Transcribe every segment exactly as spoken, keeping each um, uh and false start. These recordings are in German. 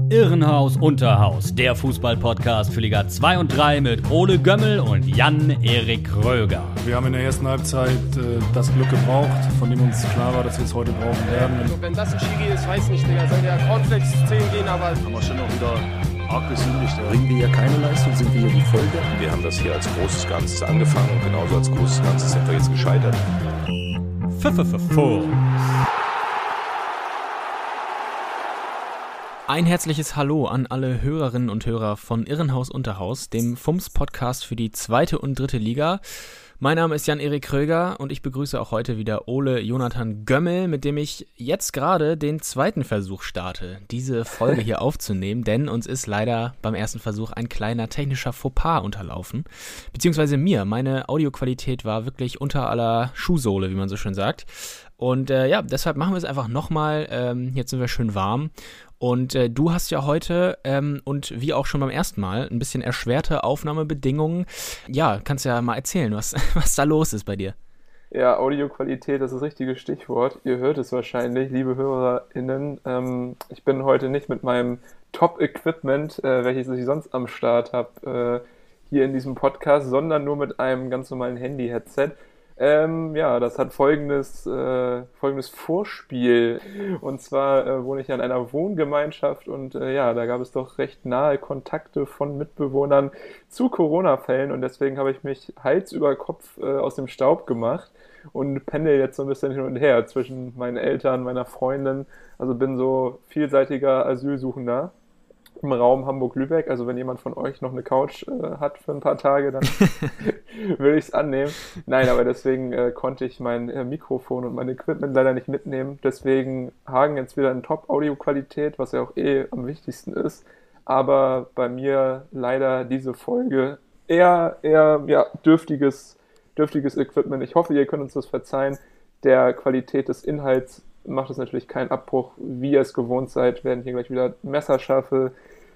Irrenhaus Unterhaus, der Fußball-Podcast für Liga zwei und drei mit Ole Gömmel und Jan-Erik Röger. Wir haben in der ersten Halbzeit äh, das Glück gebraucht, von dem uns klar war, dass wir es heute brauchen werden. Also wenn das ein Schiri ist, weiß nicht, Digga, soll der Cornflakes zehn gehen, aber... Haben wir schon noch wieder arg gesündigt. Ja. Bringen wir hier keine Leistung, sind wir hier die Folge. Wir haben das hier als großes Ganzes angefangen und genauso als großes Ganzes sind wir jetzt gescheitert. F-F-F-F. Ein herzliches Hallo an alle Hörerinnen und Hörer von Irrenhaus Unterhaus, dem F U M S-Podcast für die zweite und dritte Liga. Mein Name ist Jan-Erik Kröger und ich begrüße auch heute wieder Ole Jonathan Gömmel, mit dem ich jetzt gerade den zweiten Versuch starte, diese Folge hier aufzunehmen, denn uns ist leider beim ersten Versuch ein kleiner technischer Fauxpas unterlaufen, beziehungsweise mir. Meine Audioqualität war wirklich unter aller Schuhsohle, wie man so schön sagt. Und äh, ja, deshalb machen wir es einfach nochmal. Ähm, jetzt sind wir schön warm. Und äh, du hast ja heute ähm, und wie auch schon beim ersten Mal ein bisschen erschwerte Aufnahmebedingungen. Ja, kannst ja mal erzählen, was, was da los ist bei dir. Ja, Audioqualität, das ist das richtige Stichwort. Ihr hört es wahrscheinlich, liebe HörerInnen. Ähm, ich bin heute nicht mit meinem Top-Equipment, äh, welches ich sonst am Start habe, äh, hier in diesem Podcast, sondern nur mit einem ganz normalen Handy-Headset. Ähm, ja, das hat folgendes, äh, folgendes Vorspiel. Und zwar äh, wohne ich ja in einer Wohngemeinschaft und äh, ja, da gab es doch recht nahe Kontakte von Mitbewohnern zu Corona-Fällen und deswegen habe ich mich Hals über Kopf äh, aus dem Staub gemacht und pendel jetzt so ein bisschen hin und her zwischen meinen Eltern, meiner Freundin. Also bin so vielseitiger Asylsuchender im Raum Hamburg-Lübeck. Also wenn jemand von euch noch eine Couch äh, hat für ein paar Tage, dann würde ich es annehmen. Nein, aber deswegen äh, konnte ich mein äh, Mikrofon und mein Equipment leider nicht mitnehmen. Deswegen Hagen jetzt wieder in Top-Audio-Qualität, was ja auch eh am wichtigsten ist. Aber bei mir leider diese Folge eher, eher ja, dürftiges, dürftiges Equipment. Ich hoffe, ihr könnt uns das verzeihen. Der Qualität des Inhalts macht es natürlich keinen Abbruch. Wie ihr es gewohnt seid, werden hier gleich wieder messerscharfe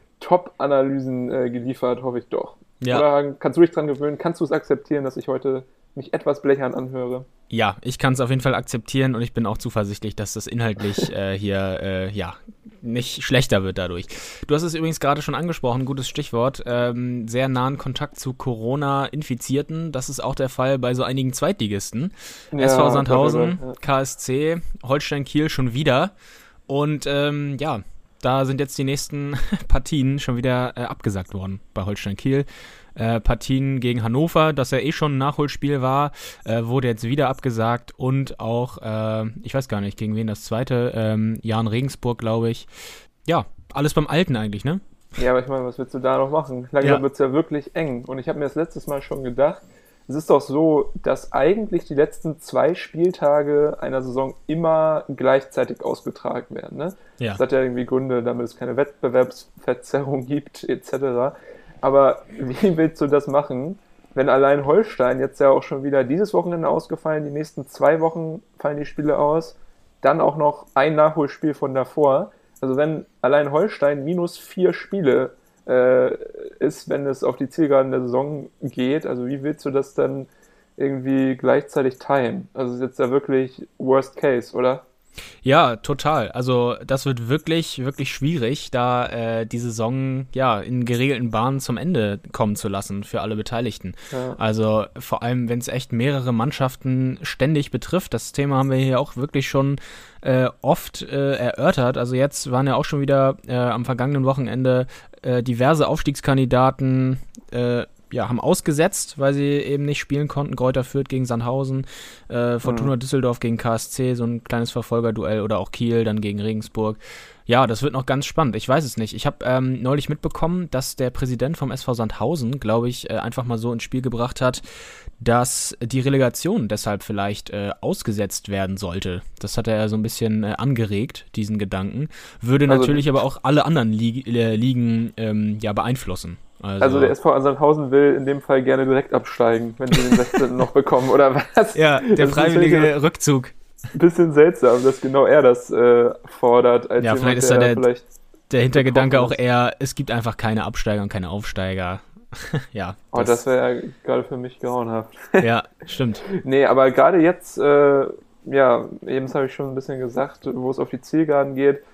Top-Analysen äh, geliefert, hoffe ich doch. Ja. Oder kannst du dich dran gewöhnen? Kannst du es akzeptieren, dass ich heute mich etwas blechern anhöre? Ja, ich kann es auf jeden Fall akzeptieren und ich bin auch zuversichtlich, dass das inhaltlich äh, hier äh, ja nicht schlechter wird dadurch. Du hast es übrigens gerade schon angesprochen, gutes Stichwort, ähm, sehr nahen Kontakt zu Corona-Infizierten. Das ist auch der Fall bei so einigen Zweitligisten. Ja, S V Sandhausen, ja. K S C, Holstein Kiel schon wieder. Und ähm, ja, da sind jetzt die nächsten Partien schon wieder äh, abgesagt worden bei Holstein Kiel. Äh, Partien gegen Hannover, das ja eh schon ein Nachholspiel war, äh, wurde jetzt wieder abgesagt und auch, äh, ich weiß gar nicht, gegen wen das zweite, ähm, Jahn Regensburg, glaube ich. Ja, alles beim Alten eigentlich, ne? Ja, aber ich meine, was willst du da noch machen? Langsam ja. Wird es ja wirklich eng. Und ich habe mir das letztes Mal schon gedacht, es ist doch so, dass eigentlich die letzten zwei Spieltage einer Saison immer gleichzeitig ausgetragen werden, ne? Ja. Das hat ja irgendwie Gründe, damit es keine Wettbewerbsverzerrung gibt, et cetera. Aber wie willst du das machen, wenn allein Holstein jetzt ja auch schon wieder dieses Wochenende ausgefallen, die nächsten zwei Wochen fallen die Spiele aus, dann auch noch ein Nachholspiel von davor. Also wenn allein Holstein minus vier Spiele äh, ist, wenn es auf die Zielgeraden der Saison geht, also wie willst du das dann irgendwie gleichzeitig timen? Also das ist jetzt ja wirklich Worst Case, oder? Ja, total. Also das wird wirklich, wirklich schwierig, da äh, die Saison ja in geregelten Bahnen zum Ende kommen zu lassen für alle Beteiligten. Ja. Also vor allem, wenn es echt mehrere Mannschaften ständig betrifft. Das Thema haben wir hier auch wirklich schon äh, oft äh, erörtert. Also jetzt waren ja auch schon wieder äh, am vergangenen Wochenende äh, diverse Aufstiegskandidaten äh, ja, haben ausgesetzt, weil sie eben nicht spielen konnten. Greuther Fürth gegen Sandhausen, äh, Fortuna mhm. Düsseldorf gegen K S C, so ein kleines Verfolgerduell oder auch Kiel dann gegen Regensburg. Ja, das wird noch ganz spannend. Ich weiß es nicht. Ich habe ähm, neulich mitbekommen, dass der Präsident vom S V Sandhausen, glaube ich, äh, einfach mal so ins Spiel gebracht hat, dass die Relegation deshalb vielleicht äh, ausgesetzt werden sollte. Das hat er so ein bisschen äh, angeregt, diesen Gedanken. Würde also, natürlich aber auch alle anderen Lig- äh, Ligen ähm, ja, beeinflussen. Also, also der S V Sandhausen will in dem Fall gerne direkt absteigen, wenn sie den sechzehnten noch bekommen, oder was? Ja, der freiwillige Rückzug. Bisschen seltsam, dass genau er das äh, fordert. Als ja, jemand, vielleicht ist da der, der, der Hintergedanke auch ist. eher, es gibt einfach keine Absteiger und keine Aufsteiger. Ja. Oh, das, das wäre ja gerade für mich grauenhaft. Ja, stimmt. Nee, aber gerade jetzt, äh, ja, eben habe ich schon ein bisschen gesagt, wo es auf die Zielgeraden geht,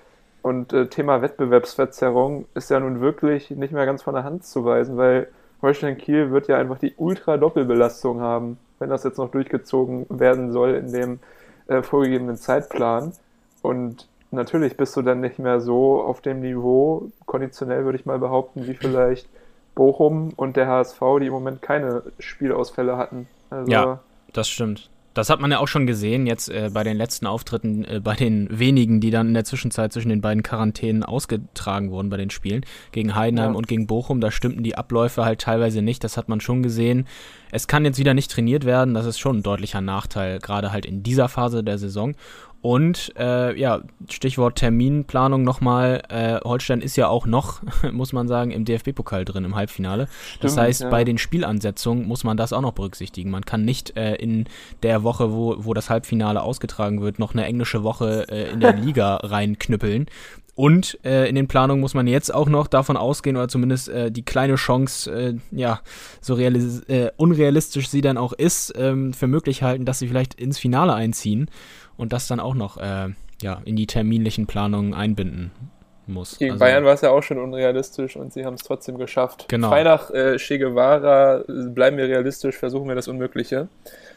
Und äh, Thema Wettbewerbsverzerrung ist ja nun wirklich nicht mehr ganz von der Hand zu weisen, weil Holstein Kiel wird ja einfach die Ultra-Doppelbelastung haben, wenn das jetzt noch durchgezogen werden soll in dem äh, vorgegebenen Zeitplan. Und natürlich bist du dann nicht mehr so auf dem Niveau, konditionell würde ich mal behaupten, wie vielleicht Bochum und der H S V, die im Moment keine Spielausfälle hatten. Also, ja, das stimmt. Das hat man ja auch schon gesehen, jetzt äh, bei den letzten Auftritten, äh, bei den wenigen, die dann in der Zwischenzeit zwischen den beiden Quarantänen ausgetragen wurden bei den Spielen, gegen Heidenheim ja. und gegen Bochum, da stimmten die Abläufe halt teilweise nicht, das hat man schon gesehen. Es kann jetzt wieder nicht trainiert werden, das ist schon ein deutlicher Nachteil, gerade halt in dieser Phase der Saison. Und äh, ja, Stichwort Terminplanung nochmal, äh, Holstein ist ja auch noch, muss man sagen, im D F B-Pokal drin, im Halbfinale. Stimmt, das heißt, ja. bei den Spielansetzungen muss man das auch noch berücksichtigen. Man kann nicht äh, in der Woche, wo, wo das Halbfinale ausgetragen wird, noch eine englische Woche äh, in der Liga reinknüppeln. Und äh, in den Planungen muss man jetzt auch noch davon ausgehen, oder zumindest äh, die kleine Chance, äh, ja, so realis- äh, unrealistisch sie dann auch ist, ähm, für möglich halten, dass sie vielleicht ins Finale einziehen und das dann auch noch äh, ja, in die terminlichen Planungen einbinden muss. Gegen also, Bayern war es ja auch schon unrealistisch und sie haben es trotzdem geschafft. Genau. Frei nach äh, Che Guevara, bleiben wir realistisch, versuchen wir das Unmögliche.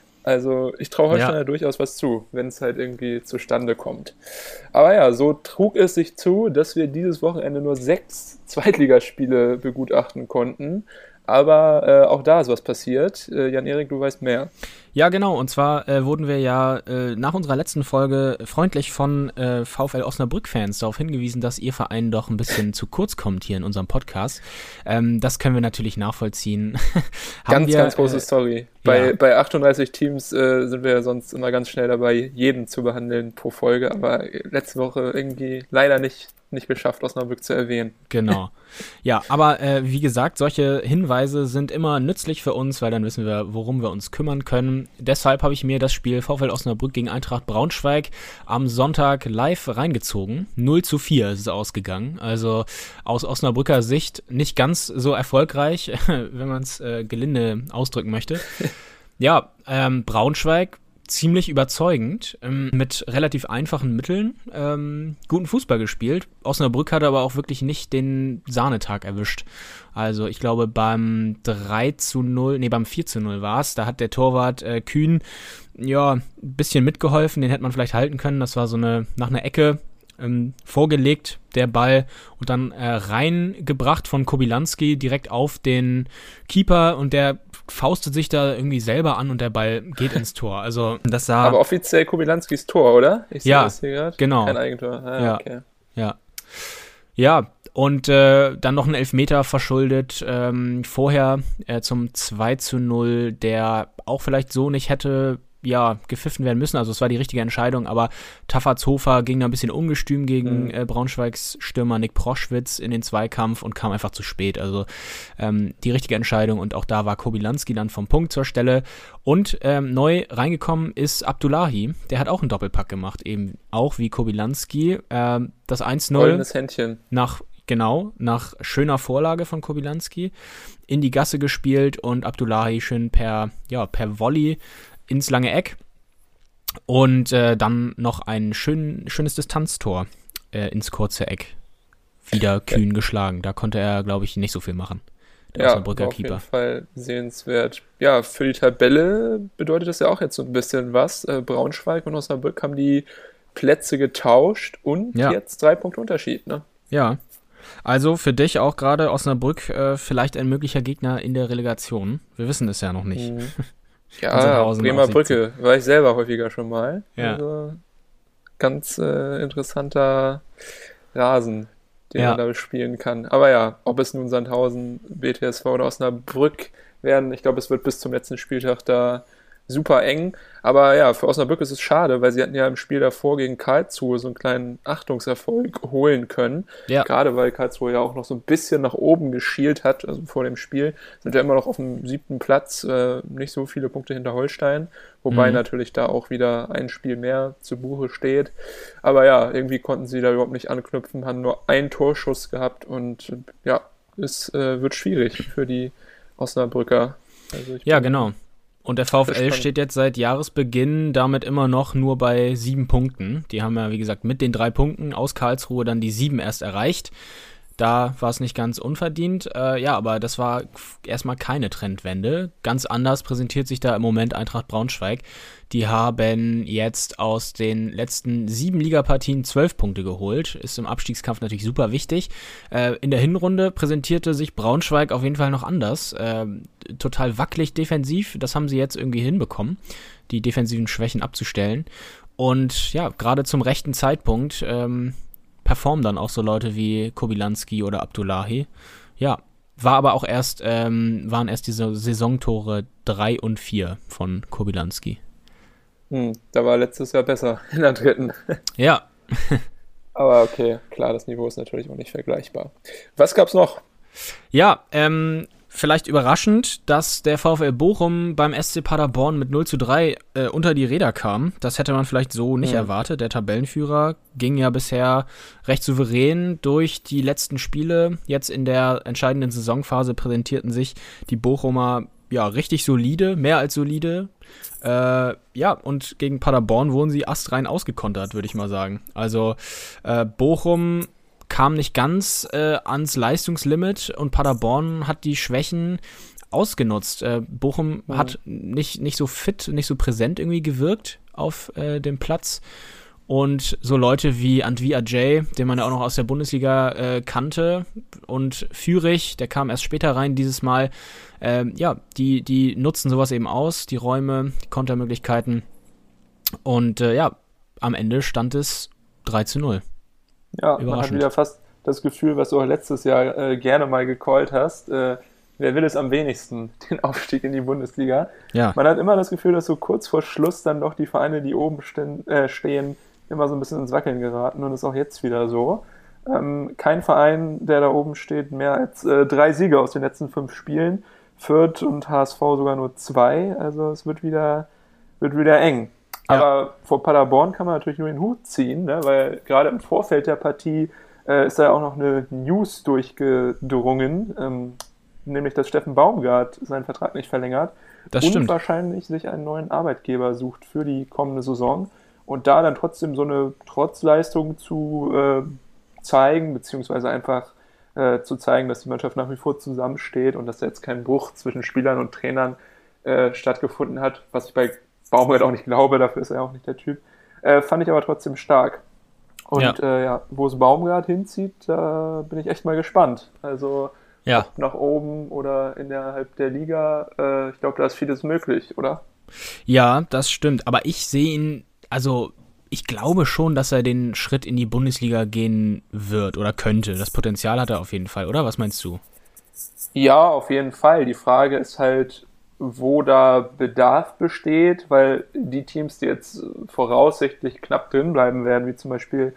Also ich traue Holstein ja. ja durchaus was zu, wenn es halt irgendwie zustande kommt. Aber ja, so trug es sich zu, dass wir dieses Wochenende nur sechs Zweitligaspiele begutachten konnten. Aber äh, auch da ist was passiert. Äh, Jan-Erik, du weißt mehr. Ja, genau. Und zwar äh, wurden wir ja äh, nach unserer letzten Folge freundlich von äh, VfL Osnabrück-Fans darauf hingewiesen, dass ihr Verein doch ein bisschen zu kurz kommt hier in unserem Podcast. Ähm, das können wir natürlich nachvollziehen. ganz, wir, ganz große äh, Story. Bei, ja. bei achtunddreißig Teams äh, sind wir ja sonst immer ganz schnell dabei, jeden zu behandeln pro Folge. Aber letzte Woche irgendwie leider nicht nicht geschafft, Osnabrück zu erwähnen. Genau. Ja, aber äh, wie gesagt, solche Hinweise sind immer nützlich für uns, weil dann wissen wir, worum wir uns kümmern können. Deshalb habe ich mir das Spiel VfL Osnabrück gegen Eintracht Braunschweig am Sonntag live reingezogen. null zu vier ist es ausgegangen. Also aus Osnabrücker Sicht nicht ganz so erfolgreich, wenn man es äh, gelinde ausdrücken möchte. Ja, ähm, Braunschweig ziemlich überzeugend, ähm, mit relativ einfachen Mitteln ähm, guten Fußball gespielt. Osnabrück hat aber auch wirklich nicht den Sahnetag erwischt. Also ich glaube beim drei zu null, nee beim vier zu null war es, da hat der Torwart äh, Kühn ja ein bisschen mitgeholfen, den hätte man vielleicht halten können. Das war so eine, nach einer Ecke ähm, vorgelegt, der Ball, und dann äh, reingebracht von Kobylanski direkt auf den Keeper, und der faustet sich da irgendwie selber an und der Ball geht ins Tor. Also das sah... Aber offiziell Kobylanskis Tor, oder? Ich sehe ja, das hier gerade. Genau. Kein Eigentor. Ah, ja, okay. ja. Ja, und äh, dann noch ein Elfmeter verschuldet ähm, vorher äh, zum zwei zu null, der auch vielleicht so nicht hätte ja, gepfiffen werden müssen. Also es war die richtige Entscheidung, aber Taffatzhofer ging da ein bisschen ungestüm gegen mhm. äh, Braunschweigs Stürmer Nick Proschwitz in den Zweikampf und kam einfach zu spät. Also ähm, die richtige Entscheidung, und auch da war Kobylanski dann vom Punkt zur Stelle. Und ähm, neu reingekommen ist Abdullahi, der hat auch einen Doppelpack gemacht, eben auch wie Kobylanski. Ähm, das eins null Goldenes Händchen. nach Genau, nach schöner Vorlage von Kobylanski in die Gasse gespielt und Abdullahi schön per, ja, per Volley ins lange Eck, und äh, dann noch ein schön, schönes Distanztor äh, ins kurze Eck. Wieder kühn ja. geschlagen. Da konnte er, glaube ich, nicht so viel machen. Der ja, Osnabrücker auf Keeper. jeden Fall sehenswert. Ja, für die Tabelle bedeutet das ja auch jetzt so ein bisschen was. Äh, Braunschweig und Osnabrück haben die Plätze getauscht und ja. jetzt drei Punkte Unterschied, ne? Ja. Also für dich auch gerade Osnabrück äh, vielleicht ein möglicher Gegner in der Relegation. Wir wissen es ja noch nicht. Mhm. Ja, Bremer Brücke war ich selber häufiger schon mal. Ja. Also ganz äh, interessanter Rasen, den ja. man da bespielen kann. Aber ja, ob es nun Sandhausen, B T S V oder Osnabrück werden, ich glaube, es wird bis zum letzten Spieltag da super eng. Aber ja, für Osnabrück ist es schade, weil sie hatten ja im Spiel davor gegen Karlsruhe so einen kleinen Achtungserfolg holen können. Ja. Gerade weil Karlsruhe ja auch noch so ein bisschen nach oben geschielt hat, also vor dem Spiel. Sind ja immer noch auf dem siebten Platz, äh, nicht so viele Punkte hinter Holstein. Wobei mhm. natürlich da auch wieder ein Spiel mehr zu Buche steht. Aber ja, irgendwie konnten sie da überhaupt nicht anknüpfen, haben nur einen Torschuss gehabt und ja, es äh, wird schwierig für die Osnabrücker. Also ich ja, genau. Und der VfL steht jetzt seit Jahresbeginn damit immer noch nur bei sieben Punkten. Die haben ja, wie gesagt, mit den drei Punkten aus Karlsruhe dann die sieben erst erreicht. Da war es nicht ganz unverdient. Äh, ja, aber das war erstmal keine Trendwende. Ganz anders präsentiert sich da im Moment Eintracht Braunschweig. Die haben jetzt aus den letzten sieben Ligapartien zwölf Punkte geholt. Ist im Abstiegskampf natürlich super wichtig. Äh, in der Hinrunde präsentierte sich Braunschweig auf jeden Fall noch anders. Äh, total wackelig defensiv. Das haben sie jetzt irgendwie hinbekommen, die defensiven Schwächen abzustellen. Und ja, gerade zum rechten Zeitpunkt ähm, performen dann auch so Leute wie Kobylanski oder Abdullahi. Ja, war aber auch erst, ähm, waren erst diese Saisontore drei und vier von Kobylanski. Hm, da war letztes Jahr besser in der dritten. Ja. Aber okay, klar, das Niveau ist natürlich auch nicht vergleichbar. Was gab's noch? Ja, ähm, vielleicht überraschend, dass der VfL Bochum beim S C Paderborn mit null zu drei äh, unter die Räder kam. Das hätte man vielleicht so nicht mhm. erwartet. Der Tabellenführer ging ja bisher recht souverän durch die letzten Spiele. Jetzt in der entscheidenden Saisonphase präsentierten sich die Bochumer ja richtig solide, mehr als solide. Äh, ja, und gegen Paderborn wurden sie astrein ausgekontert, würde ich mal sagen. Also äh, Bochum kam nicht ganz äh, ans Leistungslimit und Paderborn hat die Schwächen ausgenutzt. Äh, Bochum mhm. hat nicht, nicht so fit, nicht so präsent irgendwie gewirkt auf äh, dem Platz. Und so Leute wie Antwi Ajay, den man ja auch noch aus der Bundesliga äh, kannte, und Führig, der kam erst später rein dieses Mal, äh, ja, die, die nutzen sowas eben aus, die Räume, die Kontermöglichkeiten. Und äh, ja, am Ende stand es drei zu null. Ja, man hat wieder fast das Gefühl, was du auch letztes Jahr äh, gerne mal gecallt hast, äh, wer will es am wenigsten, den Aufstieg in die Bundesliga. Ja. Man hat immer das Gefühl, dass so kurz vor Schluss dann doch die Vereine, die oben stehen, äh, stehen, immer so ein bisschen ins Wackeln geraten, und ist auch jetzt wieder so. Ähm, kein Verein, der da oben steht, mehr als äh, drei Siege aus den letzten fünf Spielen. Fürth und H S V sogar nur zwei, also es wird wieder, wird wieder eng. Ja. Aber vor Paderborn kann man natürlich nur den Hut ziehen, ne? Weil gerade im Vorfeld der Partie äh, ist da ja auch noch eine News durchgedrungen, ähm, nämlich dass Steffen Baumgart seinen Vertrag nicht verlängert das und stimmt. wahrscheinlich sich einen neuen Arbeitgeber sucht für die kommende Saison. Und da dann trotzdem so eine Trotzleistung zu äh, zeigen, beziehungsweise einfach äh, zu zeigen, dass die Mannschaft nach wie vor zusammensteht und dass da jetzt kein Bruch zwischen Spielern und Trainern äh, stattgefunden hat, was ich bei Baumgart auch nicht glaube, dafür ist er auch nicht der Typ, äh, fand ich aber trotzdem stark. Und ja, äh, ja wo es Baumgart hinzieht, da bin ich echt mal gespannt. Also ja. ob nach oben oder innerhalb der Liga, äh, ich glaube, da ist vieles möglich, oder? Ja, das stimmt, aber ich sehe ihn, also ich glaube schon, dass er den Schritt in die Bundesliga gehen wird oder könnte. Das Potenzial hat er auf jeden Fall, oder? Was meinst du? Ja, auf jeden Fall. Die Frage ist halt, wo da Bedarf besteht, weil die Teams, die jetzt voraussichtlich knapp drin bleiben werden, wie zum Beispiel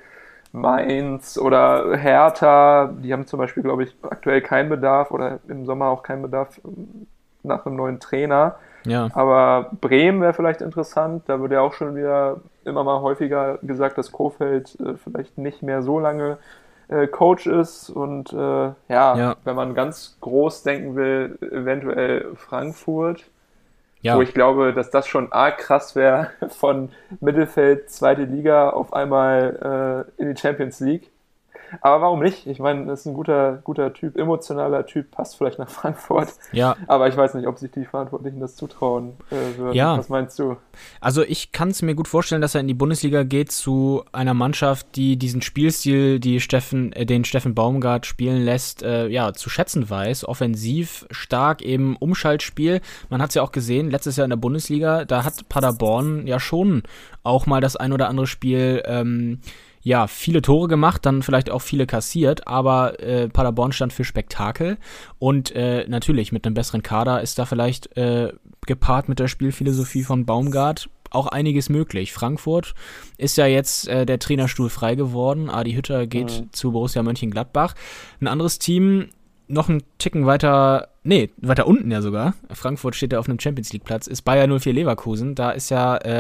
Mainz oder Hertha, die haben zum Beispiel, glaube ich, aktuell keinen Bedarf oder im Sommer auch keinen Bedarf nach einem neuen Trainer. Ja. Aber Bremen wäre vielleicht interessant, da wird ja auch schon wieder immer mal häufiger gesagt, dass Kohfeldt äh, vielleicht nicht mehr so lange äh, Coach ist und äh, ja, ja, wenn man ganz groß denken will, eventuell Frankfurt, ja. wo ich glaube, dass das schon arg krass wäre, von Mittelfeld, zweite Liga auf einmal äh, in die Champions League. Aber warum nicht? Ich meine, das ist ein guter, guter Typ, emotionaler Typ, passt vielleicht nach Frankfurt. Ja. Aber ich weiß nicht, ob sich die Verantwortlichen das zutrauen äh, würden. Ja. Was meinst du? Also ich kann es mir gut vorstellen, dass er in die Bundesliga geht zu einer Mannschaft, die diesen Spielstil, die Steffen, äh, den Steffen Baumgart spielen lässt, äh, ja, zu schätzen weiß. Offensiv, stark, eben Umschaltspiel. Man hat es ja auch gesehen, letztes Jahr in der Bundesliga, da hat Paderborn ja schon auch mal das ein oder andere Spiel ähm, ja, viele Tore gemacht, dann vielleicht auch viele kassiert, aber äh, Paderborn stand für Spektakel und äh, natürlich mit einem besseren Kader ist da vielleicht äh, gepaart mit der Spielphilosophie von Baumgart auch einiges möglich. Frankfurt ist ja jetzt äh, der Trainerstuhl frei geworden, Adi Hütter geht mhm. zu Borussia Mönchengladbach. Ein anderes Team, noch einen Ticken weiter, nee, weiter unten ja sogar, Frankfurt steht ja auf einem Champions-League-Platz, ist Bayer null vier Leverkusen, da ist ja äh,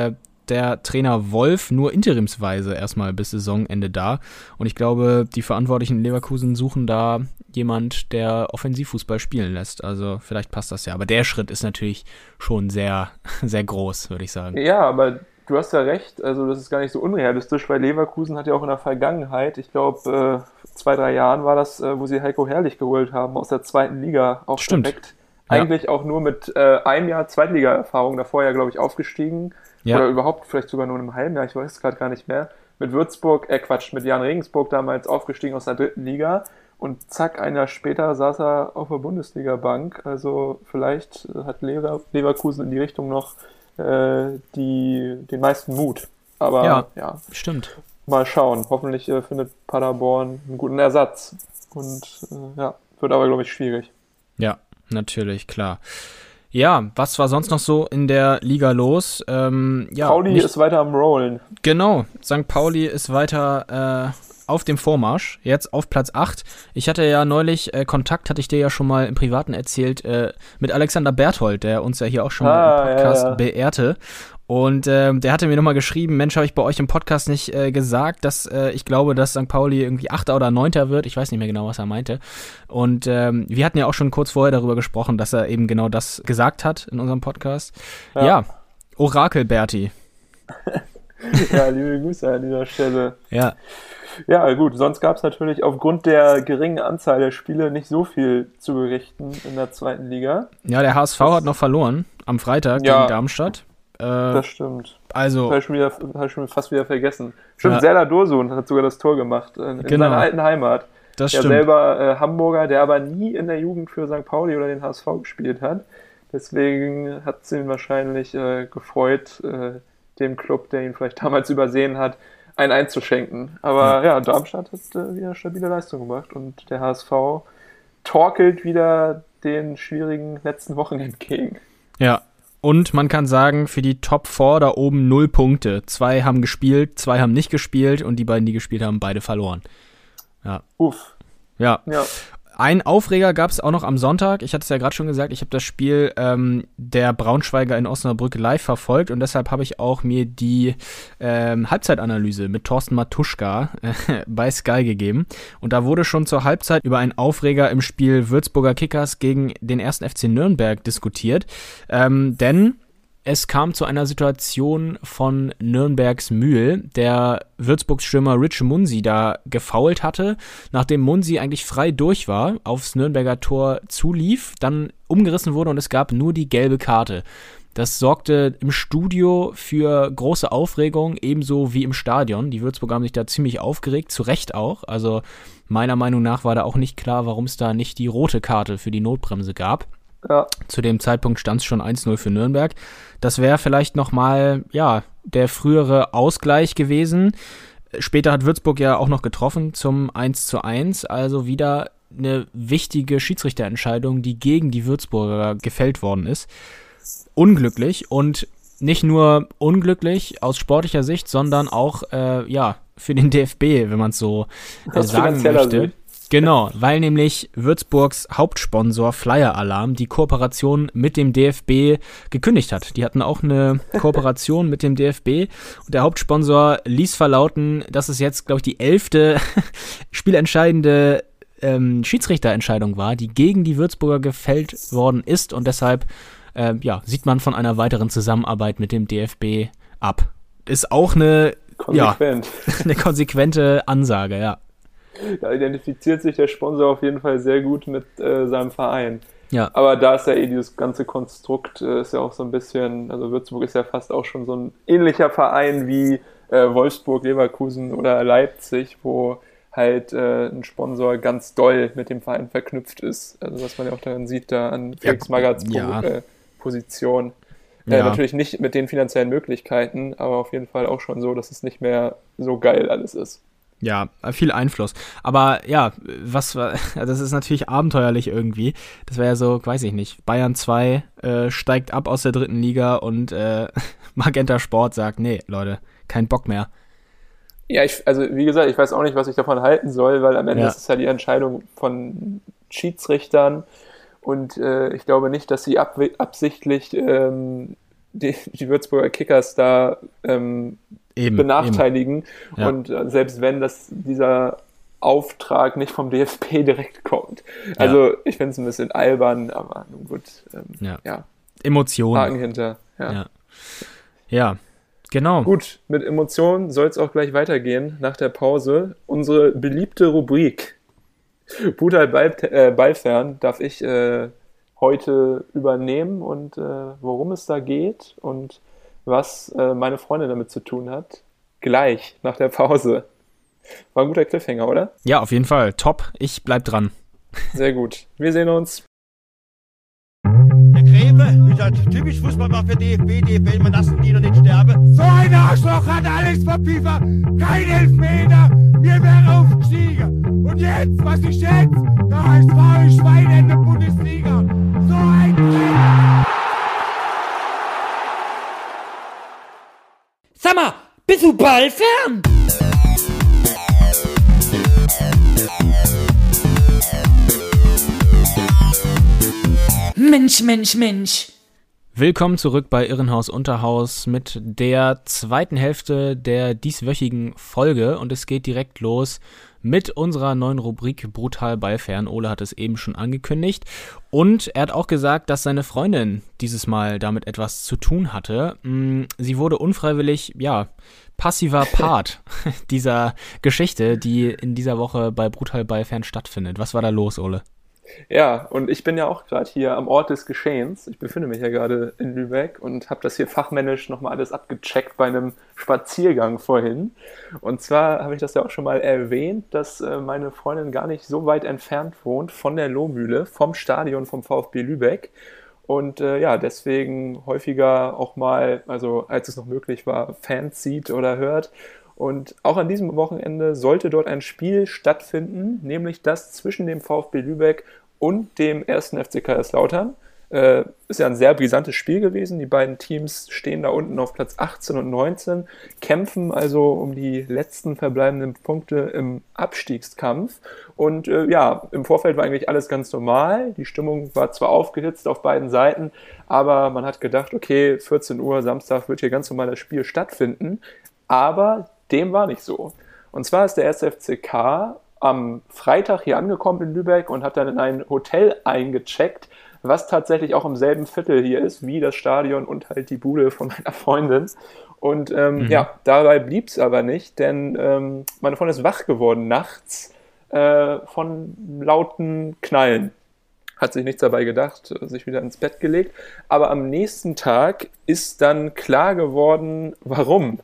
der Trainer Wolf nur interimsweise erstmal bis Saisonende da. Und ich glaube, die Verantwortlichen in Leverkusen suchen da jemand, der Offensivfußball spielen lässt. Also vielleicht passt das ja. Aber der Schritt ist natürlich schon sehr, sehr groß, würde ich sagen. Ja, aber du hast ja recht. Also das ist gar nicht so unrealistisch, weil Leverkusen hat ja auch in der Vergangenheit, ich glaube, äh, zwei, drei Jahren war das, äh, wo sie Heiko Herrlich geholt haben aus der zweiten Liga. Auch Stimmt. direkt. Eigentlich ja. auch nur mit äh, einem Jahr Zweitliga-Erfahrung, davor ja, glaube ich, aufgestiegen. Ja. Oder überhaupt vielleicht sogar nur in einem halben Jahr, ich weiß es gerade gar nicht mehr. Mit Würzburg, äh Quatsch, mit Jan Regensburg damals aufgestiegen aus der dritten Liga. Und zack, ein Jahr später saß er auf der Bundesliga-Bank. Also vielleicht hat Lever- Leverkusen in die Richtung noch äh, die, den meisten Mut. Aber ja, ja, stimmt. Mal schauen. Hoffentlich äh, findet Paderborn einen guten Ersatz. Und äh, ja, wird aber, glaube ich, schwierig. Ja, natürlich, klar. Ja, was war sonst noch so in der Liga los? Ähm, ja, Pauli nicht, ist weiter am Rollen. Genau, Sankt Pauli ist weiter äh, auf dem Vormarsch, jetzt auf Platz acht. Ich hatte ja neulich äh, Kontakt, hatte ich dir ja schon mal im Privaten erzählt, äh, mit Alexander Berthold, der uns ja hier auch schon ah, mal im Podcast ja, ja. beehrte. Und äh, der hatte mir nochmal geschrieben, Mensch, habe ich bei euch im Podcast nicht äh, gesagt, dass äh, ich glaube, dass Sankt Pauli irgendwie Achter oder Neunter wird. Ich weiß nicht mehr genau, was er meinte. Und ähm, wir hatten ja auch schon kurz vorher darüber gesprochen, dass er eben genau das gesagt hat in unserem Podcast. Ja, ja. Orakel Berti. Ja, liebe Grüße an dieser Stelle. Ja. Ja, gut, sonst gab es natürlich aufgrund der geringen Anzahl der Spiele nicht so viel zu berichten in der zweiten Liga. Ja, der H S V das hat noch verloren am Freitag ja. gegen Darmstadt. Äh, das stimmt. Also. Das habe ich, schon wieder, hab ich schon fast wieder vergessen. Stimmt, ja. Serdar Dursun hat sogar das Tor gemacht in, in genau. seiner alten Heimat. Das der stimmt. selber äh, Hamburger, der aber nie in der Jugend für Sankt Pauli oder den H S V gespielt hat. Deswegen hat es ihn wahrscheinlich äh, gefreut, äh, dem Club, der ihn vielleicht damals übersehen hat, einen einzuschenken. Aber ja, ja Darmstadt hat äh, wieder stabile Leistung gemacht und der H S V torkelt wieder den schwierigen letzten Wochen entgegen. Ja, und man kann sagen, für die Top vier da oben null Punkte. Zwei haben gespielt, zwei haben nicht gespielt und die beiden, die gespielt haben, beide verloren. Ja. Uff. Ja. ja. Ein Aufreger gab es auch noch am Sonntag. Ich hatte es ja gerade schon gesagt, ich habe das Spiel ähm, der Braunschweiger in Osnabrück live verfolgt und deshalb habe ich auch mir die ähm, Halbzeitanalyse mit Thorsten Matuschka äh, bei Sky gegeben. Und da wurde schon zur Halbzeit über einen Aufreger im Spiel Würzburger Kickers gegen den ersten F C Nürnberg diskutiert. Ähm, denn es kam zu einer Situation von Nürnbergs Mühl, der Würzburgs Stürmer Rich Munsi da gefoult hatte, nachdem Munsi eigentlich frei durch war, aufs Nürnberger Tor zulief, dann umgerissen wurde und es gab nur die gelbe Karte. Das sorgte im Studio für große Aufregung, ebenso wie im Stadion. Die Würzburger haben sich da ziemlich aufgeregt, zu Recht auch. Also meiner Meinung nach war da auch nicht klar, warum es da nicht die rote Karte für die Notbremse gab. Ja. Zu dem Zeitpunkt stand es schon eins null für Nürnberg. Das wäre vielleicht nochmal, ja, der frühere Ausgleich gewesen. Später hat Würzburg ja auch noch getroffen zum eins zu eins. Also wieder eine wichtige Schiedsrichterentscheidung, die gegen die Würzburger gefällt worden ist. Unglücklich und nicht nur unglücklich aus sportlicher Sicht, sondern auch, äh, ja, für den D F B, wenn man es so äh, sagen möchte. Sicht. Genau, weil nämlich Würzburgs Hauptsponsor Flyer Alarm die Kooperation mit dem D F B gekündigt hat. Die hatten auch eine Kooperation mit dem D F B und der Hauptsponsor ließ verlauten, dass es jetzt, glaube ich, die elfte spielentscheidende ähm, Schiedsrichterentscheidung war, die gegen die Würzburger gefällt worden ist und deshalb äh, ja, sieht man von einer weiteren Zusammenarbeit mit dem D F B ab. Ist auch eine, Konsequent. ja, eine konsequente Ansage, ja. Da identifiziert sich der Sponsor auf jeden Fall sehr gut mit äh, seinem Verein. Ja. Aber da ist ja eh dieses ganze Konstrukt, äh, ist ja auch so ein bisschen, also Würzburg ist ja fast auch schon so ein ähnlicher Verein wie äh, Wolfsburg, Leverkusen oder Leipzig, wo halt äh, ein Sponsor ganz doll mit dem Verein verknüpft ist. Also was man ja auch daran sieht, da an Felix ja, Magatts ja. äh, Position. Äh, ja. Natürlich nicht mit den finanziellen Möglichkeiten, aber auf jeden Fall auch schon so, dass es nicht mehr so geil alles ist. Ja, viel Einfluss. Aber ja, was war, das ist natürlich abenteuerlich irgendwie. Das wäre ja so, weiß ich nicht, Bayern zwei äh, steigt ab aus der dritten Liga und äh, Magenta Sport sagt, nee, Leute, kein Bock mehr. Ja, ich, also wie gesagt, ich weiß auch nicht, was ich davon halten soll, weil am Ende ja. ist es ja die Entscheidung von Schiedsrichtern und äh, ich glaube nicht, dass sie ab, absichtlich ähm, die, die Würzburger Kickers da ähm, eben, benachteiligen. Eben. Ja. Und äh, selbst wenn das dieser Auftrag nicht vom D F B direkt kommt. Also ja. ich finde es ein bisschen albern, aber nun gut. Ähm, ja. ja. Emotionen. Haken hinter. Ja. ja. Ja, genau. Gut, mit Emotionen soll es auch gleich weitergehen nach der Pause. Unsere beliebte Rubrik Brutal Ball, äh, Ballfern darf ich äh, heute übernehmen und äh, worum es da geht und was äh, meine Freundin damit zu tun hat, gleich nach der Pause. War ein guter Cliffhanger, oder? Ja, auf jeden Fall. Top. Ich bleib dran. Sehr gut. Wir sehen uns. Der Gräfe, wie das typisch Fußball war für D F B, D F B, man lassen die doch nicht sterben. So ein Arschloch hat Alex von FIFA, kein Elfmeter, wir wären aufgestiegen. Und jetzt, was ich jetzt, da heißt Frau Schweine in der Bundesliga. So ein Dreck. Sag mal, bist du ballfern? Mensch, Mensch, Mensch. Willkommen zurück bei Irrenhaus Unterhaus mit der zweiten Hälfte der dieswöchigen Folge und es geht direkt los mit unserer neuen Rubrik Brutal Ballfern. Ole hat es eben schon angekündigt und er hat auch gesagt, dass seine Freundin dieses Mal damit etwas zu tun hatte. Sie wurde unfreiwillig, ja, passiver Part dieser Geschichte, die in dieser Woche bei Brutal Ballfern stattfindet. Was war da los, Ole? Ja, und ich bin ja auch gerade hier am Ort des Geschehens. Ich befinde mich ja gerade in Lübeck und habe das hier fachmännisch nochmal alles abgecheckt bei einem Spaziergang vorhin. Und zwar habe ich das ja auch schon mal erwähnt, dass äh, meine Freundin gar nicht so weit entfernt wohnt von der Lohmühle, vom Stadion vom VfB Lübeck. Und äh, ja, deswegen häufiger auch mal, also als es noch möglich war, Fans sieht oder hört. Und auch an diesem Wochenende sollte dort ein Spiel stattfinden, nämlich das zwischen dem VfB Lübeck und dem ersten F C Kaiserslautern. Äh, ist ja ein sehr brisantes Spiel gewesen. Die beiden Teams stehen da unten auf Platz achtzehn und neunzehn, kämpfen also um die letzten verbleibenden Punkte im Abstiegskampf. Und äh, ja, im Vorfeld war eigentlich alles ganz normal. Die Stimmung war zwar aufgehitzt auf beiden Seiten, aber man hat gedacht, okay, vierzehn Uhr Samstag wird hier ganz normal das Spiel stattfinden. Aber dem war nicht so. Und zwar ist der erste F C K am Freitag hier angekommen in Lübeck und hat dann in ein Hotel eingecheckt, was tatsächlich auch im selben Viertel hier ist, wie das Stadion und halt die Bude von meiner Freundin. Und ähm, mhm. ja, dabei blieb es aber nicht, denn ähm, meine Freundin ist wach geworden nachts äh, von lauten Knallen. Hat sich nichts dabei gedacht, sich wieder ins Bett gelegt. Aber am nächsten Tag ist dann klar geworden, warum.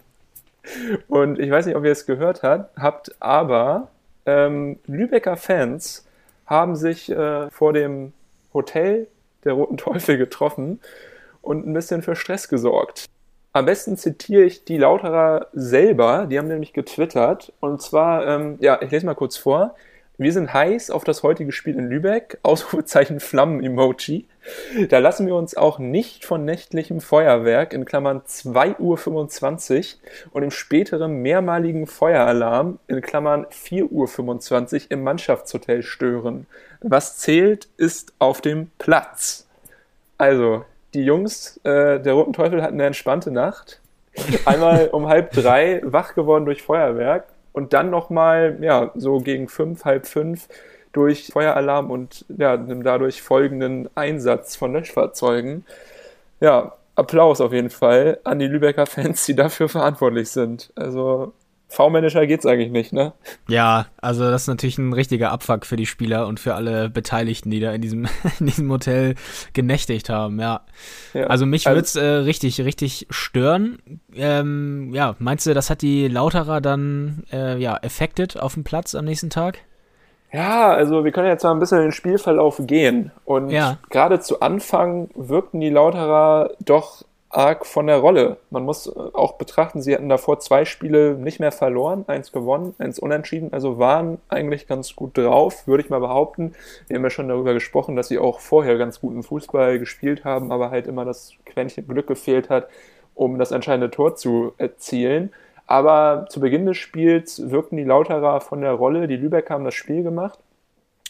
Und ich weiß nicht, ob ihr es gehört hat, habt, aber ähm, Lübecker Fans haben sich äh, vor dem Hotel der Roten Teufel getroffen und ein bisschen für Stress gesorgt. Am besten zitiere ich die Lauterer selber, die haben nämlich getwittert. Und zwar, ähm, ja, ich lese mal kurz vor. Wir sind heiß auf das heutige Spiel in Lübeck, Ausrufezeichen Flammen-Emoji. Da lassen wir uns auch nicht von nächtlichem Feuerwerk in Klammern zwei Uhr fünfundzwanzig und im späteren mehrmaligen Feueralarm in Klammern vier Uhr fünfundzwanzig im Mannschaftshotel stören. Was zählt, ist auf dem Platz. Also, die Jungs äh, der Roten Teufel hatten eine entspannte Nacht. Einmal um halb drei wach geworden durch Feuerwerk. Und dann nochmal, ja, so gegen fünf, halb fünf durch Feueralarm und ja, dem dadurch folgenden Einsatz von Löschfahrzeugen. Ja, Applaus auf jeden Fall an die Lübecker Fans, die dafür verantwortlich sind. Also V-Manager geht's eigentlich nicht, ne? Ja, also das ist natürlich ein richtiger Abfuck für die Spieler und für alle Beteiligten, die da in diesem, in diesem Hotel genächtigt haben, ja. ja also mich also, wird's äh, richtig, richtig stören. Ähm, ja, meinst du, das hat die Lauterer dann äh, ja, affected auf dem Platz am nächsten Tag? Ja, also wir können jetzt mal ein bisschen in den Spielverlauf gehen. Und ja. gerade zu Anfang wirkten die Lauterer doch arg von der Rolle. Man muss auch betrachten, sie hatten davor zwei Spiele nicht mehr verloren, eins gewonnen, eins unentschieden, also waren eigentlich ganz gut drauf, würde ich mal behaupten. Wir haben ja schon darüber gesprochen, dass sie auch vorher ganz guten Fußball gespielt haben, aber halt immer das Quäntchen Glück gefehlt hat, um das entscheidende Tor zu erzielen. Aber zu Beginn des Spiels wirkten die Lauterer von der Rolle, die Lübecker haben das Spiel gemacht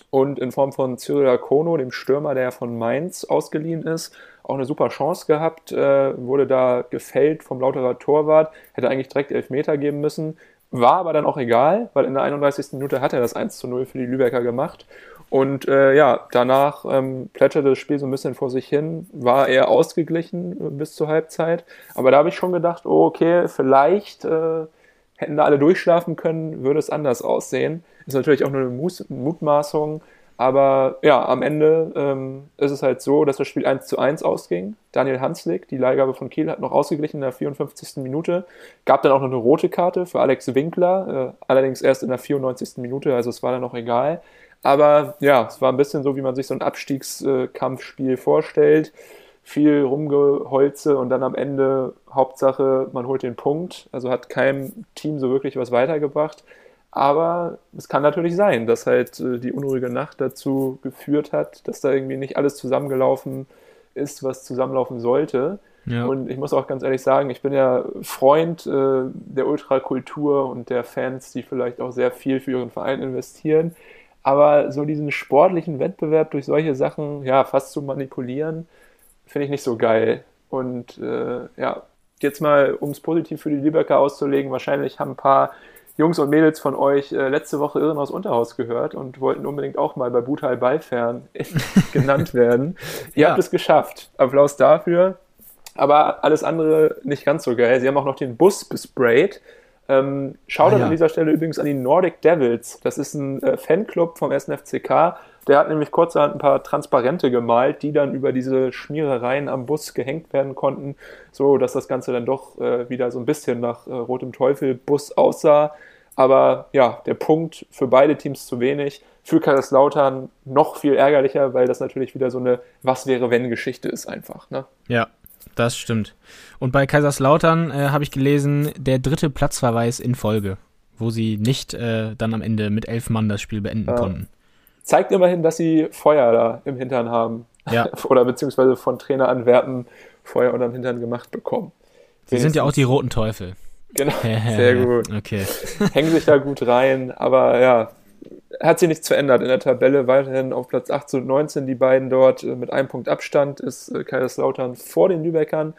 und in Form von Cyril Akono, dem Stürmer, der von Mainz ausgeliehen ist, auch eine super Chance gehabt, äh, wurde da gefällt vom Lauterer Torwart, hätte eigentlich direkt Elfmeter geben müssen, war aber dann auch egal, weil in der einunddreißigsten Minute hat er das eins zu null für die Lübecker gemacht. Und äh, ja, danach ähm, plätscherte das Spiel so ein bisschen vor sich hin, war eher ausgeglichen bis zur Halbzeit. Aber da habe ich schon gedacht, oh, okay, vielleicht äh, hätten da alle durchschlafen können, würde es anders aussehen. Ist natürlich auch nur eine Mus- Mutmaßung. Aber ja, am Ende ähm, ist es halt so, dass das Spiel eins zu eins ausging. Daniel Hanslik, die Leihgabe von Kiel, hat noch ausgeglichen in der vierundfünfzigsten Minute. Gab dann auch noch eine rote Karte für Alex Winkler, äh, allerdings erst in der vierundneunzigsten Minute, also es war dann noch egal. Aber ja, es war ein bisschen so, wie man sich so ein Abstiegskampfspiel vorstellt. Viel Rumgeholze und dann am Ende Hauptsache, man holt den Punkt. Also hat keinem Team so wirklich was weitergebracht. Aber es kann natürlich sein, dass halt die unruhige Nacht dazu geführt hat, dass da irgendwie nicht alles zusammengelaufen ist, was zusammenlaufen sollte. Ja. Und ich muss auch ganz ehrlich sagen, ich bin ja Freund äh, der Ultrakultur und der Fans, die vielleicht auch sehr viel für ihren Verein investieren. Aber so diesen sportlichen Wettbewerb durch solche Sachen, ja, fast zu manipulieren, finde ich nicht so geil. Und äh, ja, jetzt mal, um es positiv für die Lübecker auszulegen, wahrscheinlich haben ein paar Jungs und Mädels von euch äh, letzte Woche Irrenhaus Unterhaus gehört und wollten unbedingt auch mal bei Butal Ballfern genannt werden. Ihr ja. habt es geschafft. Applaus dafür. Aber alles andere nicht ganz so geil. Sie haben auch noch den Bus besprayt. Ähm, Shoutout ah, ja. an dieser Stelle übrigens an die Nordic Devils. Das ist ein äh, Fanclub vom ersten F C K. Der hat nämlich kurzerhand ein paar Transparente gemalt, die dann über diese Schmierereien am Bus gehängt werden konnten, so dass das Ganze dann doch äh, wieder so ein bisschen nach äh, Rotem Teufel-Bus aussah. Aber ja, der Punkt für beide Teams zu wenig. Für Kaiserslautern noch viel ärgerlicher, weil das natürlich wieder so eine Was-wäre-wenn-Geschichte ist einfach. Ne? Ja. Das stimmt. Und bei Kaiserslautern äh, habe ich gelesen, der dritte Platzverweis in Folge, wo sie nicht äh, dann am Ende mit elf Mann das Spiel beenden ja. konnten. Zeigt immerhin, dass sie Feuer da im Hintern haben. Ja. Oder beziehungsweise von Trainer Antwerpen Feuer unterm Hintern gemacht bekommen. Sie Wenigstens. Sind ja auch die Roten Teufel. Genau, sehr gut. Okay. Hängen sich da gut rein, aber ja, hat sich nichts verändert in der Tabelle, weiterhin auf Platz achtzehn und neunzehn, die beiden dort mit einem Punkt Abstand ist äh, Kaiserslautern vor den Lübeckern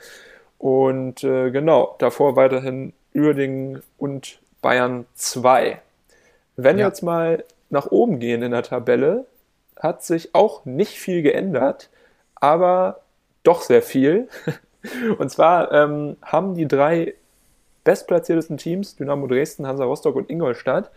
und äh, genau, davor weiterhin Uerdingen und Bayern zwei. Wenn ja. wir jetzt mal nach oben gehen in der Tabelle, hat sich auch nicht viel geändert, aber doch sehr viel. Und zwar ähm, haben die drei bestplatziertesten Teams, Dynamo Dresden, Hansa Rostock und Ingolstadt,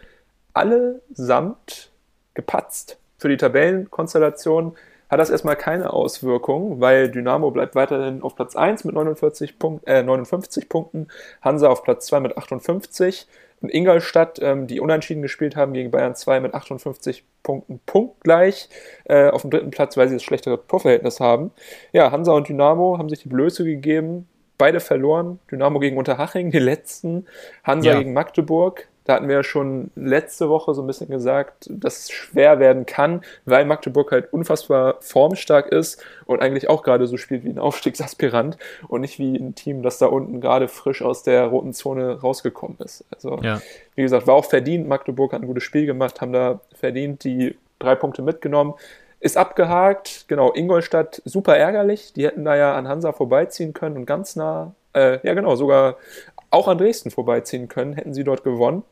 allesamt gepatzt. Für die Tabellenkonstellation hat das erstmal keine Auswirkung, weil Dynamo bleibt weiterhin auf Platz eins mit neunundvierzig Punkt, äh, neunundfünfzig Punkten, Hansa auf Platz zwei mit achtundfünfzig und Ingolstadt, ähm, die unentschieden gespielt haben gegen Bayern zwei mit achtundfünfzig Punkten punktgleich, äh, auf dem dritten Platz, weil sie das schlechtere Torverhältnis haben. Ja, Hansa und Dynamo haben sich die Blöße gegeben, beide verloren, Dynamo gegen Unterhaching, die letzten, Hansa ja. gegen Magdeburg. Da hatten wir ja schon letzte Woche so ein bisschen gesagt, dass es schwer werden kann, weil Magdeburg halt unfassbar formstark ist und eigentlich auch gerade so spielt wie ein Aufstiegsaspirant und nicht wie ein Team, das da unten gerade frisch aus der roten Zone rausgekommen ist. Also ja. wie gesagt, war auch verdient. Magdeburg hat ein gutes Spiel gemacht, haben da verdient die drei Punkte mitgenommen. Ist abgehakt, genau, Ingolstadt super ärgerlich. Die hätten da ja an Hansa vorbeiziehen können und ganz nah, äh, ja genau, sogar auch an Dresden vorbeiziehen können, hätten sie dort gewonnen.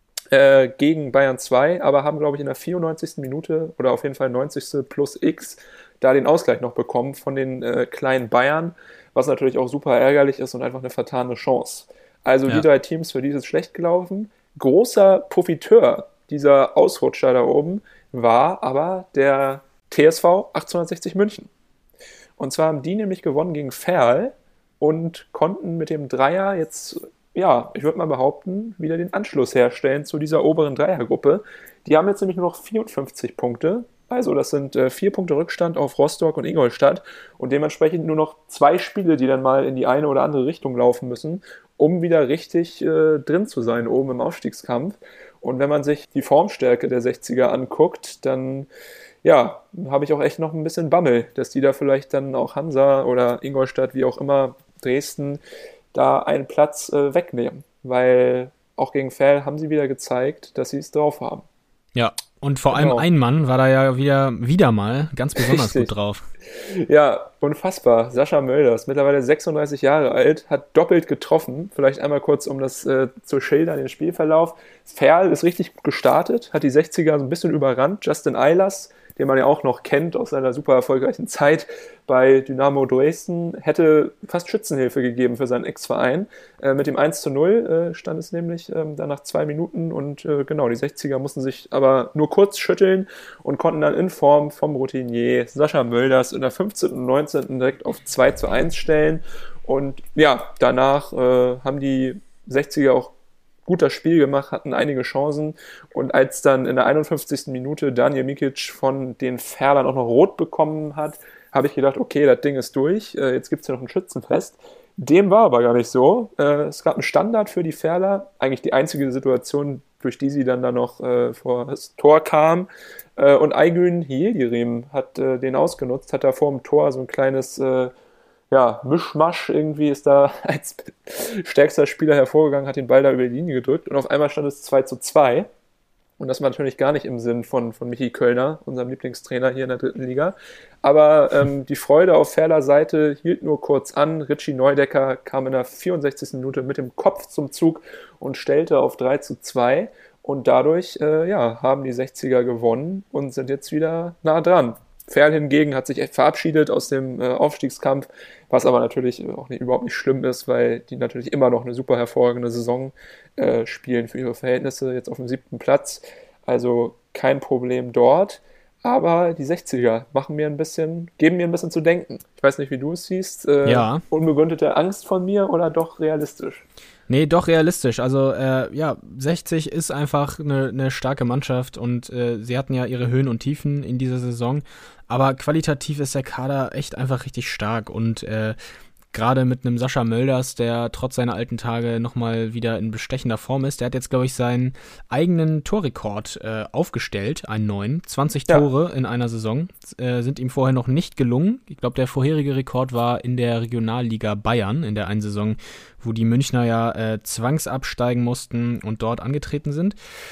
Äh, gegen Bayern zwei, aber haben, glaube ich, in der vierundneunzigsten Minute oder auf jeden Fall neunzigste plus X da den Ausgleich noch bekommen von den äh, kleinen Bayern, was natürlich auch super ärgerlich ist und einfach eine vertane Chance. Also ja. die drei Teams, für die ist es schlecht gelaufen. Großer Profiteur dieser Ausrutscher da oben war aber der T S V achtzehnhundertsechzig München. Und zwar haben die nämlich gewonnen gegen Verl und konnten mit dem Dreier jetzt, ja, ich würde mal behaupten, wieder den Anschluss herstellen zu dieser oberen Dreiergruppe. Die haben jetzt nämlich nur noch vierundfünfzig Punkte. Also das sind äh, vier Punkte Rückstand auf Rostock und Ingolstadt und dementsprechend nur noch zwei Spiele, die dann mal in die eine oder andere Richtung laufen müssen, um wieder richtig äh, drin zu sein, oben im Aufstiegskampf. Und wenn man sich die Formstärke der sechziger anguckt, dann ja, habe ich auch echt noch ein bisschen Bammel, dass die da vielleicht dann auch Hansa oder Ingolstadt, wie auch immer, Dresden, da einen Platz äh, wegnehmen. Weil auch gegen Verl haben sie wieder gezeigt, dass sie es drauf haben. Ja, Und vor Genau. allem ein Mann war da ja wieder, wieder mal ganz besonders Richtig. gut drauf. Ja, unfassbar. Sascha Mölders, mittlerweile sechsunddreißig Jahre alt, hat doppelt getroffen. Vielleicht einmal kurz, um das äh, zu schildern, den Spielverlauf. Ferl ist richtig gut gestartet, hat die sechziger so ein bisschen überrannt. Justin Eilers, den man ja auch noch kennt aus seiner super erfolgreichen Zeit bei Dynamo Dresden, hätte fast Schützenhilfe gegeben für seinen Ex-Verein. Äh, mit dem eins zu null äh, stand es nämlich ähm, dann nach zwei Minuten und äh, genau, die sechziger mussten sich aber nur kurz schütteln und konnten dann in Form vom Routinier Sascha Mölders in der fünfzehnten und neunzehnten direkt auf zwei zu eins stellen. Und ja, danach äh, haben die sechziger auch gut das Spiel gemacht, hatten einige Chancen und als dann in der einundfünfzigsten Minute Daniel Mikic von den Ferlern auch noch rot bekommen hat, habe ich gedacht, okay, das Ding ist durch, äh, jetzt gibt es ja noch ein Schützenfest. Dem war aber gar nicht so. Äh, es gab einen Standard für die Ferler, eigentlich die einzige Situation, durch die sie dann da noch äh, vor das Tor kam. Äh, und Aygün Yildirim hat äh, den ausgenutzt, hat da vor dem Tor so ein kleines äh, ja, Mischmasch irgendwie, ist da als stärkster Spieler hervorgegangen, hat den Ball da über die Linie gedrückt und auf einmal stand es zwei zu zwei. Und das war natürlich gar nicht im Sinn von, von Michi Kölner, unserem Lieblingstrainer hier in der dritten Liga. Aber ähm, die Freude auf Ferler Seite hielt nur kurz an. Richie Neudecker kam in der vierundsechzigsten Minute mit dem Kopf zum Zug und stellte auf drei zu zwei. Und dadurch äh, ja, haben die sechziger gewonnen und sind jetzt wieder nah dran. Ferl hingegen hat sich verabschiedet aus dem äh, Aufstiegskampf, was aber natürlich auch nicht, überhaupt nicht schlimm ist, weil die natürlich immer noch eine super hervorragende Saison äh, spielen für ihre Verhältnisse, jetzt auf dem siebten Platz. Also kein Problem dort. Aber die sechziger machen mir ein bisschen, geben mir ein bisschen zu denken. Ich weiß nicht, wie du es siehst. Äh, Ja. Unbegründete Angst von mir oder doch realistisch? Nee, doch realistisch. Also, äh, ja, sechzig ist einfach eine, eine starke Mannschaft und äh, sie hatten ja ihre Höhen und Tiefen in dieser Saison. Aber qualitativ ist der Kader echt einfach richtig stark und äh, gerade mit einem Sascha Mölders, der trotz seiner alten Tage nochmal wieder in bestechender Form ist, der hat jetzt, glaube ich, seinen eigenen Torrekord äh, aufgestellt, einen neuen. zwanzig Ja. Tore in einer Saison äh, sind ihm vorher noch nicht gelungen. Ich glaube, der vorherige Rekord war in der Regionalliga Bayern, in der einen Saison, wo die Münchner ja äh, zwangsabsteigen mussten und dort angetreten sind.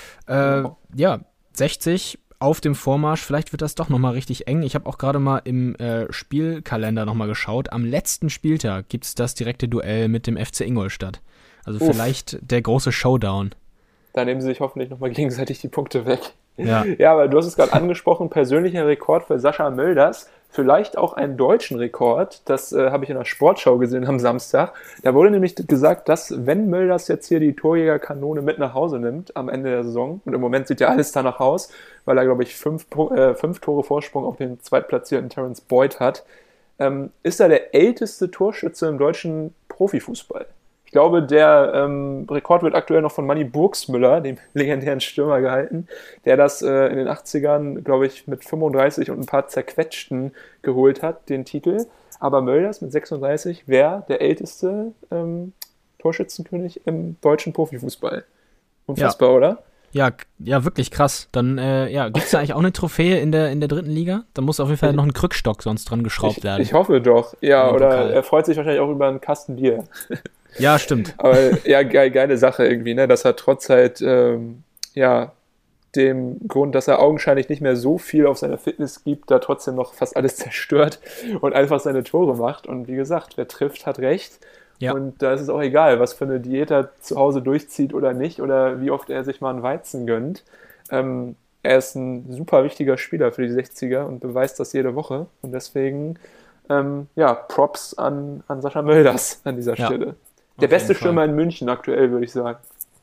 Äh, ja, sechzig auf dem Vormarsch, vielleicht wird das doch nochmal richtig eng. Ich habe auch gerade mal im äh, Spielkalender nochmal geschaut. Am letzten Spieltag gibt es das direkte Duell mit dem F C Ingolstadt. Also Uff. vielleicht der große Showdown. Da nehmen sie sich hoffentlich nochmal gegenseitig die Punkte weg. Ja. Ja, aber du hast es gerade angesprochen, persönlicher Rekord für Sascha Mölders, vielleicht auch einen deutschen Rekord, das äh, habe ich in der Sportschau gesehen am Samstag. Da wurde nämlich gesagt, dass wenn Mölders jetzt hier die Torjägerkanone mit nach Hause nimmt am Ende der Saison, und im Moment sieht ja alles danach aus, weil er, glaube ich, fünf, äh, fünf Tore Vorsprung auf den zweitplatzierten Terence Boyd hat, ähm, ist er der älteste Torschütze im deutschen Profifußball. Ich glaube, der ähm, Rekord wird aktuell noch von Manni Burgsmüller, dem legendären Stürmer, gehalten, der das äh, in den achtzigern, glaube ich, mit fünfunddreißig und ein paar zerquetschten geholt hat, den Titel. Aber Mölders mit sechsunddreißig wäre der älteste ähm, Torschützenkönig im deutschen Profifußball. Unfassbar, ja. Oder? Ja, ja, wirklich krass. Dann äh, ja, gibt es da eigentlich auch eine Trophäe in der, in der dritten Liga? Da muss auf jeden Fall noch ein Krückstock sonst dran geschraubt ich, werden. Ich hoffe doch. Ja, Im oder Pokal. er freut sich wahrscheinlich auch über einen Kasten Bier. Ja, stimmt. Aber ja, ge- geile Sache irgendwie, ne? Dass er trotz halt, ähm, ja, dem Grund, dass er augenscheinlich nicht mehr so viel auf seiner Fitness gibt, da trotzdem noch fast alles zerstört und einfach seine Tore macht. Und wie gesagt, wer trifft, hat recht. Ja. Und da ist es auch egal, was für eine Diät er zu Hause durchzieht oder nicht oder wie oft er sich mal einen Weizen gönnt. Ähm, er ist ein super wichtiger Spieler für die sechziger und beweist das jede Woche. Und deswegen, ähm, ja, Props an, an Sascha Mölders an dieser Ja. Stelle. Der Auf beste jeden Fall. Stürmer in München aktuell, würde ich sagen.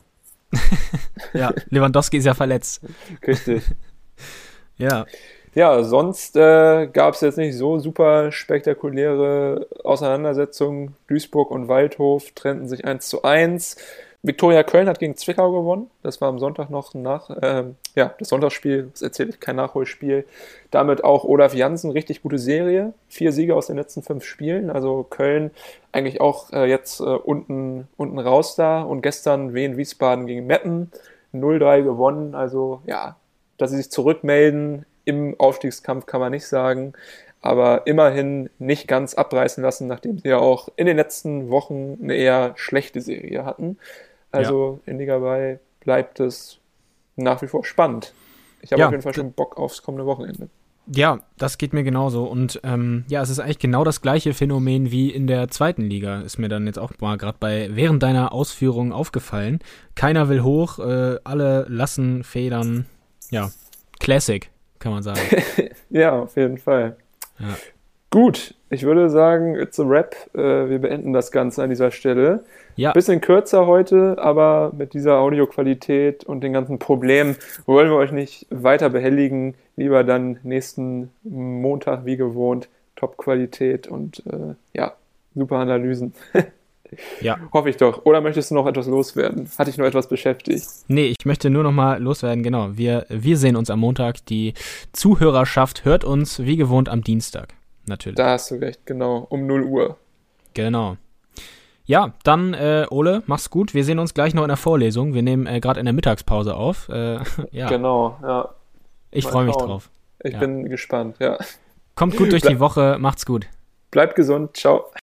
Ja, Lewandowski ist ja verletzt. Richtig. Ja. Ja, sonst äh, gab es jetzt nicht so super spektakuläre Auseinandersetzungen. Duisburg und Waldhof trennten sich eins zu eins. Viktoria Köln hat gegen Zwickau gewonnen. Das war am Sonntag noch nach, ähm, ja, das Sonntagsspiel, das erzähle ich, kein Nachholspiel. Damit auch Olaf Jansen, richtig gute Serie. Vier Siege aus den letzten fünf Spielen. Also Köln eigentlich auch äh, jetzt äh, unten, unten raus da. Und gestern Wien Wiesbaden gegen Meppen. null drei gewonnen. Also ja, dass sie sich zurückmelden im Aufstiegskampf kann man nicht sagen. Aber immerhin nicht ganz abreißen lassen, nachdem sie ja auch in den letzten Wochen eine eher schlechte Serie hatten. Also in Liga zwei bleibt es nach wie vor spannend. ich habe ja, auf jeden Fall schon Bock aufs kommende Wochenende. Ja, das geht mir genauso. Und ähm, ja, es ist eigentlich genau das gleiche Phänomen wie in der zweiten Liga. Ist mir dann jetzt auch mal gerade bei während deiner Ausführungen aufgefallen. Keiner will hoch, äh, alle lassen federn. Ja, Classic, kann man sagen. Ja, auf jeden Fall. Ja. Gut, ich würde sagen, it's a wrap. Äh, wir beenden das Ganze an dieser Stelle. Ja. Bisschen kürzer heute, aber mit dieser Audioqualität und den ganzen Problemen wollen wir euch nicht weiter behelligen. Lieber dann nächsten Montag wie gewohnt Top-Qualität und äh, ja, super Analysen. Ja. Hoffe ich doch. Oder möchtest du noch etwas loswerden? Hatte ich noch etwas beschäftigt? Nee, ich möchte nur noch mal loswerden, genau. Wir, wir sehen uns am Montag. Die Zuhörerschaft hört uns wie gewohnt am Dienstag. Natürlich. Da hast du recht, genau. Um null Uhr. Genau. Ja, dann, äh, Ole, mach's gut. Wir sehen uns gleich noch in der Vorlesung. Wir nehmen äh, gerade in der Mittagspause auf. Äh, ja. Genau, ja. Ich Mal freue mich schauen. drauf. Ich Ja. bin gespannt, ja. Kommt gut durch die Woche. Macht's gut. Bleibt gesund. Ciao.